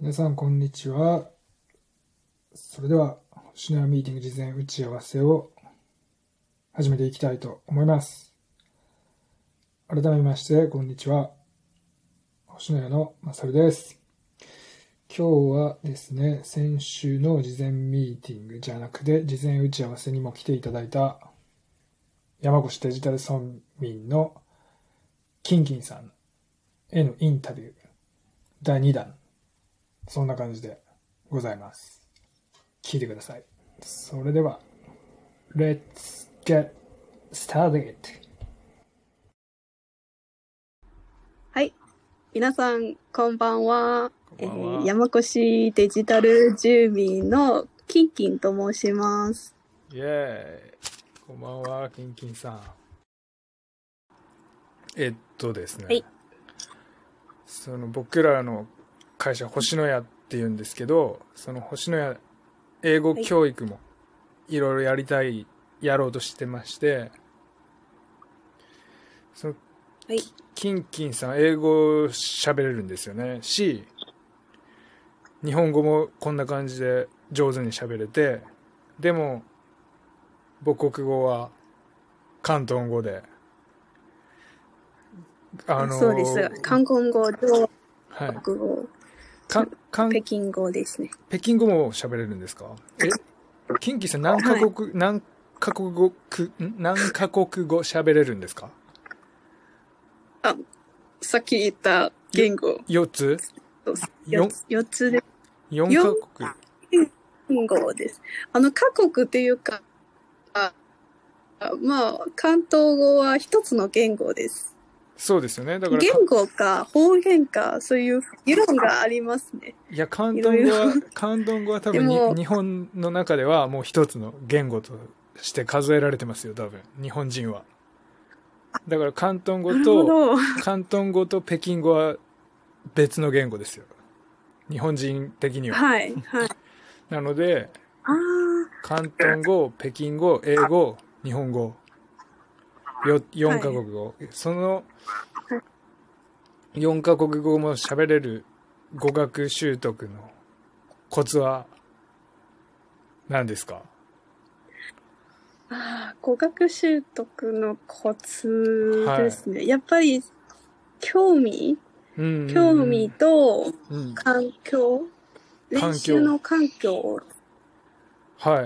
皆さんこんにちは。それでは星のやミーティング事前打ち合わせを始めていきたいと思います。改めましてこんにちは。星のやのまさるです。今日はですね、先週の事前ミーティングじゃなくて事前打ち合わせにも来ていただいた山越デジタル村民のキンキンさんへのインタビュー第2弾、そんな感じでございます。聞いてください。それでは Let's get started。 はい、皆さんこんばんは。 こんばんは。 山越デジタル住民のキンキンと申します。 イエーイ。こんばんは、キンキンさん。ですね、 はい、 その僕らの会社星のやっていうんですけど、その星のや英語教育もいろいろやろうとしてまして、その、 はい、 キンキンさん英語喋れるんですよねし、日本語もこんな感じで上手に喋れて、でも母国語は広東語で、 そうです。韓国語と国語、北京語ですね。 北京語も喋れるんですか？キンキさん何カ国語喋れるんですか？ さっき言った言語。 4つ ？4つで。 4カ国。 言語です。各国っていうか、関東語は一つの言語です。 そうですよね。だから言語か方言かそういう議論がありますね。 いや、広東語は多分日本の中ではもう一つの言語として数えられてますよ、多分日本人は。だから広東語と北京語は別の言語ですよ、日本人的には。 はいはい。 なので広東語、北京語、英語、日本語、4カ国語、その4カ国語も喋れる語学習得のコツは何ですか？ 語学習得のコツですね。やっぱり興味と環境、練習の環境。 はい。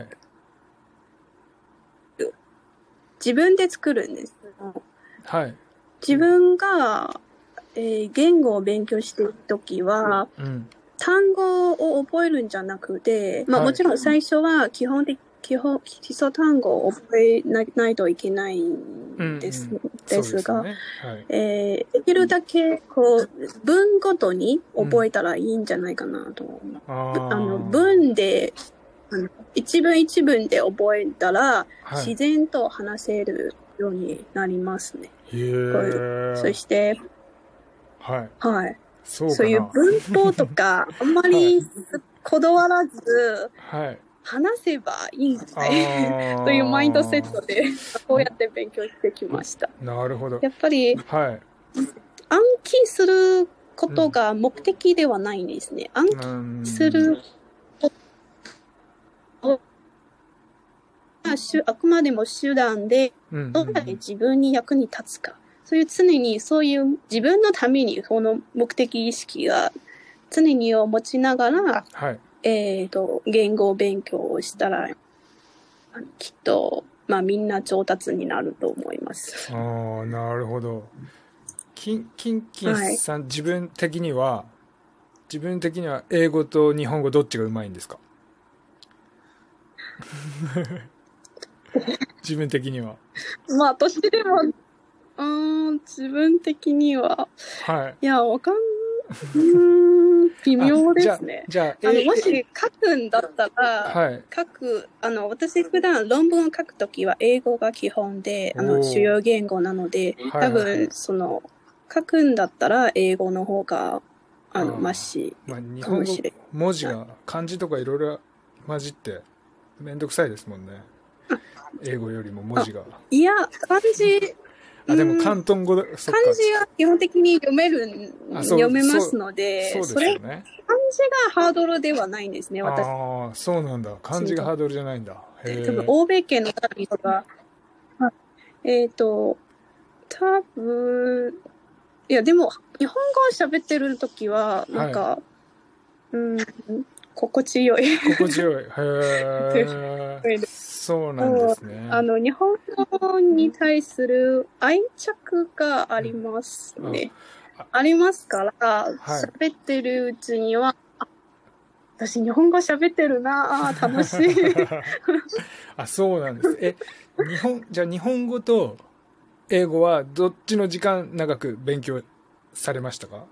自分で作るんです。 はい。 自分が、言語を勉強しているときは、単語を覚えるんじゃなくて、もちろん最初は基礎単語を覚えないといけないんですが、できるだけ文ごとに覚えたらいいんじゃないかなと思う。文で一文一文で覚えたら、自然と話せるようになりますね。そして、そういう文法とかあんまりこだわらず、話せばいいんですね。というマインドセットでこうやって勉強してきました。 なるほど。 やっぱり、暗記することが目的ではないんですね。暗記するあくまでも手段で、どうやって自分に役に立つか。そういう常にそういう自分のためにその目的意識が常にを持ちながら、言語勉強をしたら、きっと、みんな上達になると思います。 なるほど。キンさん、自分的には英語と日本語どっちがうまいんですか？自分的には。 私でも、自分的には、いや、微妙ですね。もし書くんだったら、私普段論文を書くときは英語が基本で、主要言語なので、多分、書くんだったら英語の方が、マシかもしれない。 文字が、漢字とかいろいろ混じって、めんどくさいですもんね。英語よりも文字が。 いや、漢字、 でも広東語だ。 漢字は基本的に読めますので、 そうですよね。 漢字がハードルではないんですね、私。 ああ、そうなんだ。漢字がハードルじゃないんだ。 多分、欧米圏の方とか、多分、いや、でも、日本語を喋ってるときは、なんか、はい、心地よい。 心地よい。へえ。そうなんですね。 日本語に対する愛着がありますね。ありますから、喋ってるうちには、私日本語喋ってるなぁ、楽しい。 あ、そうなんです。じゃあ日本語と英語はどっちの時間長く勉強されましたか？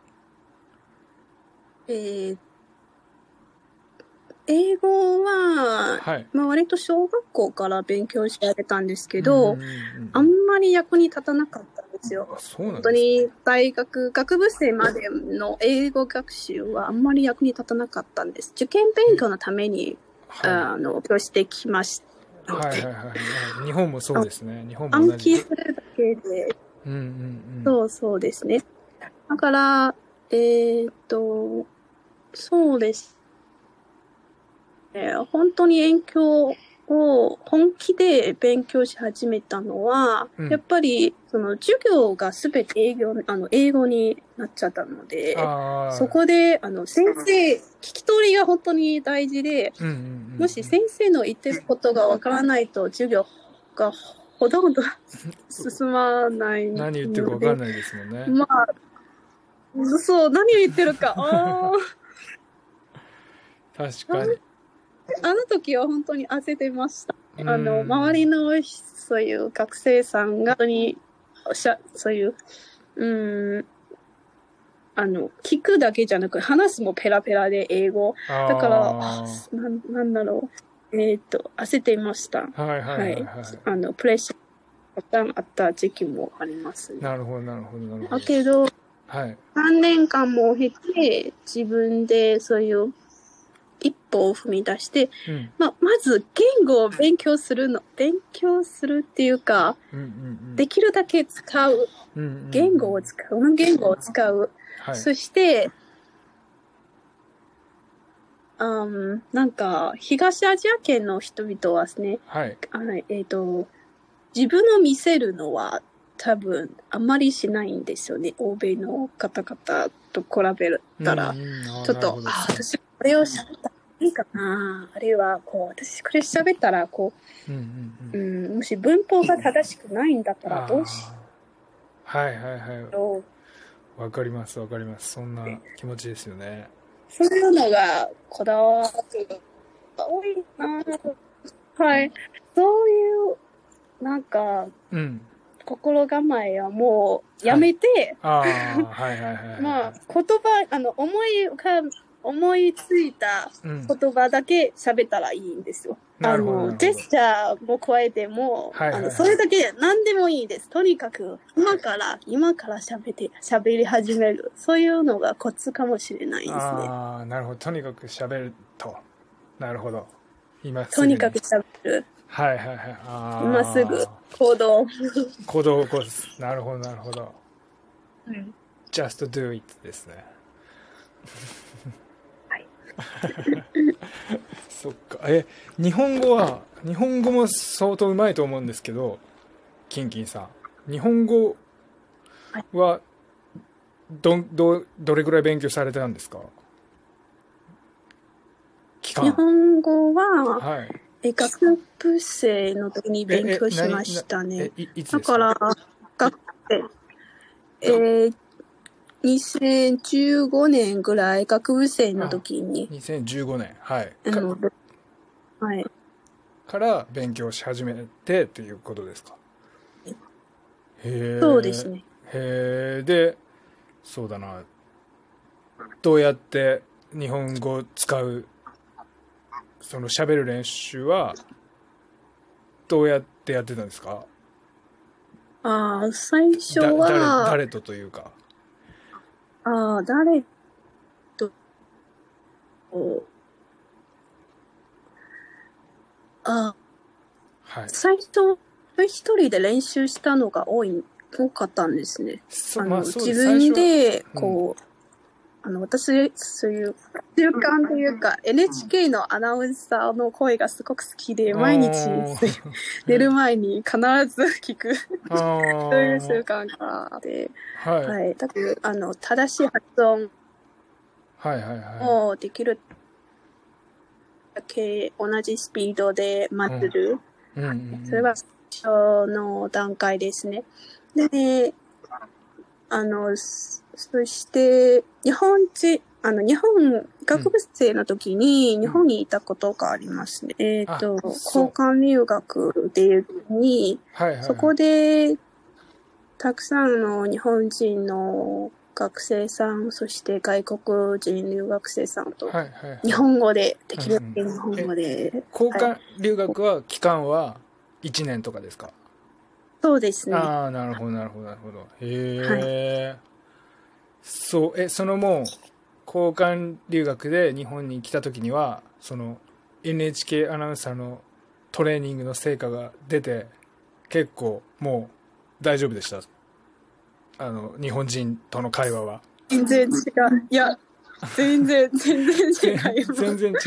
英語は、割と小学校から勉強してやれたんですけど、あんまり役に立たなかったんですよ。本当に学部生までの英語学習はあんまり役に立たなかったんです。受験勉強のために、勉強してきました。 はいはいはい。日本もそうですね。日本も同じ。 暗記するだけで。そうですね。だから、そうです。本当に勉強を本気で勉強し始めたのは、やっぱりその授業がすべて英語になっちゃったので、そこで先生聞き取りが本当に大事で、もし先生の言ってることがわからないと授業がほとんど進まないので。 何言ってるかわかんないですもんね。 まあ、そう、何を言ってるか。 確かに。 あの時は本当に焦ってました。周りのそういう学生さんが本当にそういう、聞くだけじゃなく話すもペラペラで英語。だから、なんだろう。焦っていました。 はいはいはい、はい。 プレッシャーがあった時期もありますね。 なるほどなるほどなるほど。 だけど、 はい、 3年間も経て自分でそういう一歩を踏み出して、まず言語を勉強するっていうか、できるだけ使う、言語を使う、そして、なんか東アジア圏の人々はですね、自分を見せるのは多分あんまりしないんですよね。欧米の方々と比べたら、ちょっと私これを喋ったいいかな、あるいは私これ喋ったらもし文法が正しくないんだったらどうしよう。はいはいはい。わかりますわかります。そんな気持ちですよね。 そういうのがこだわりが多いな。はい。そういうなんか、心構えはもうやめて、 はいはいはい、 まあ言葉思いついた言葉だけ喋ったらいいんですよ。ジェスチャーも加えても、それだけ何でもいいです。とにかく今から喋り始める。そういうのがコツかもしれないですね。 なるほど。とにかく喋ると。なるほど。 とにかく喋る。 はいはいはい。 今すぐ行動を起こす。なるほどなるほど。just do it ですね。そっか。日本語も相当うまいと思うんですけど、キンキンさん。日本語はどれぐらい勉強されたんですか？ 日本語は、学部生の時に勉強しましたね。だから、2015年ぐらい学部生の時に。 2015年。はい。 はい。 から勉強し始めてっていうことですか？ そうですね。 で、そうだな。どうやって日本語を使う、その喋る練習は、どうやってやってたんですか？ 最初は。 誰とというか。 誰と、最初、一人で練習したのが多かったんですね。自分で、 私、そういう習慣というか、NHK のアナウンサーの声がすごく好きで、毎日寝る前に必ず聞くそういう習慣があって、はい。だから、正しい発音をできるだけ同じスピードで待ってる。それは最初の段階ですね。で、そして、日本学部生の時に日本にいたことがありますね。交換留学っていうのに、そこで、たくさんの日本人の学生さん、そして外国人留学生さんと、日本語で、できるだけ日本語で。 交換留学は、期間は1年とかですか？ そうですね。 ああ、なるほど。へえ。そう、そのもう、交換留学で日本に来た時には、その NHK アナウンサーのトレーニングの成果が出て、結構もう大丈夫でした？日本人との会話は。 全然違う。いや、全然違います。 全然違います。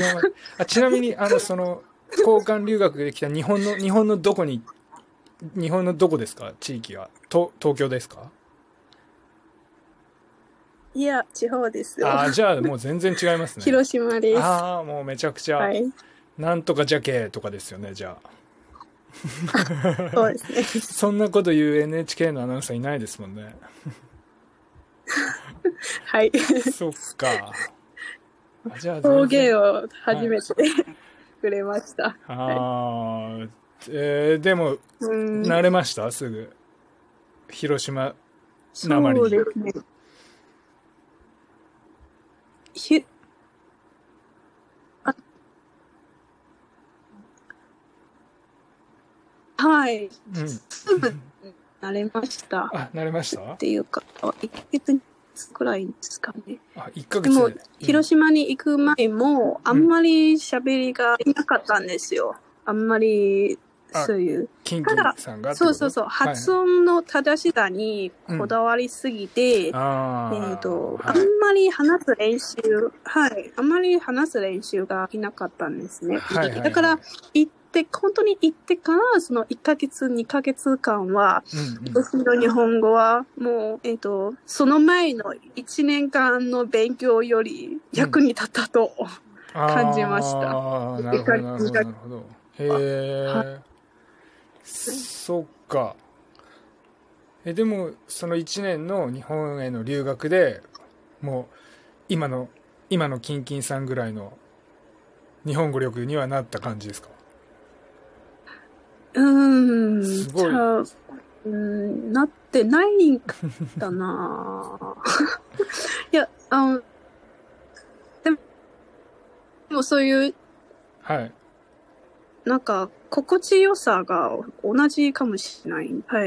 ちなみに、その、交換留学で来た日本のどこですか？地域は。東京ですか？ いや、地方ですよ。 じゃあもう全然違いますね。 広島です。 もうめちゃくちゃ、なんとかじゃけとかですよね、じゃあ。そうですね。 そんなこと言う NHK のアナウンサーいないですもんね。 はい。 そっか。 じゃあ方言を初めて、くれました。 でも、慣れましたすぐ。広島なまりに。そうですね。はい。すぐ慣れました。 慣れましたっていうか、1ヶ月くらいですかね。 1ヶ月でも、広島に行く前も、あんまり喋りがいなかったんですよ。あんまり、そういう。 ただ、 そう。発音の正しさにこだわりすぎて、あんまり話す練習ができなかったんですね。だから、本当に行ってから、その1ヶ月、2ヶ月間は、私の日本語は、もう、その前の1年間の勉強より役に立ったと感じました。 なるほど。へえ。そっか。でも、その1年の日本への留学で、もう、今のキンキンさんぐらいの日本語力にはなった感じですか？ すごい。なってないんだないや、でもそういう、なんか、心地よさが同じかもしれない。はい。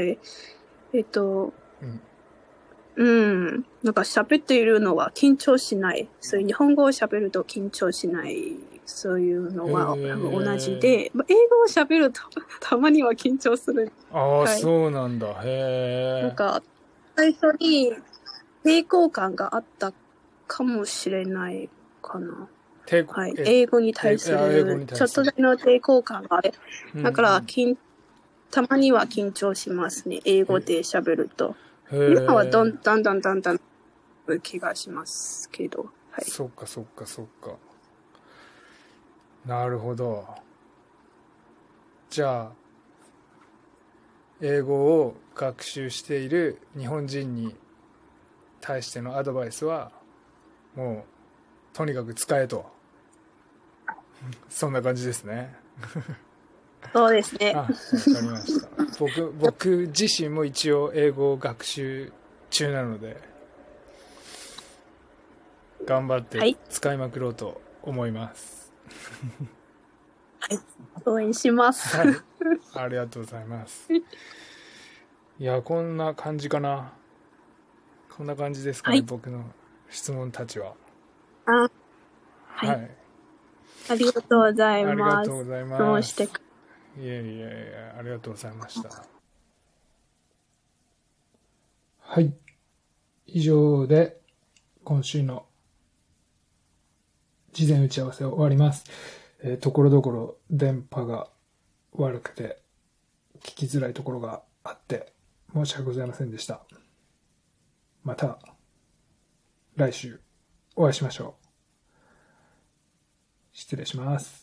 なんか喋っているのは緊張しない。そういう日本語を喋ると緊張しない。そういうのは同じで、英語を喋るとたまには緊張する。 そうなんだ。 なんか、最初に抵抗感があったかもしれないかな。英語に対するちょっとだけの抵抗感がある。だから、たまには緊張しますね。英語で喋ると。今はだんだん気がしますけど。 そっか。なるほど。じゃあ、英語を学習している日本人に対してのアドバイスは、もう、とにかく使えと。そんな感じですね。 そうですね。 わかりました。僕自身も一応英語を学習中なので、頑張って使いまくろうと思います。 はい。応援します。 ありがとうございます。いや、こんな感じかな。こんな感じですかね、僕の質問たちは。 はい。ありがとうございます。 ありがとうございます。 質問してく。 いえ、ありがとうございました。 はい。以上で、今週の事前打ち合わせを終わります。ところどころ電波が悪くて聞きづらいところがあって申し訳ございませんでした。また来週お会いしましょう。失礼します。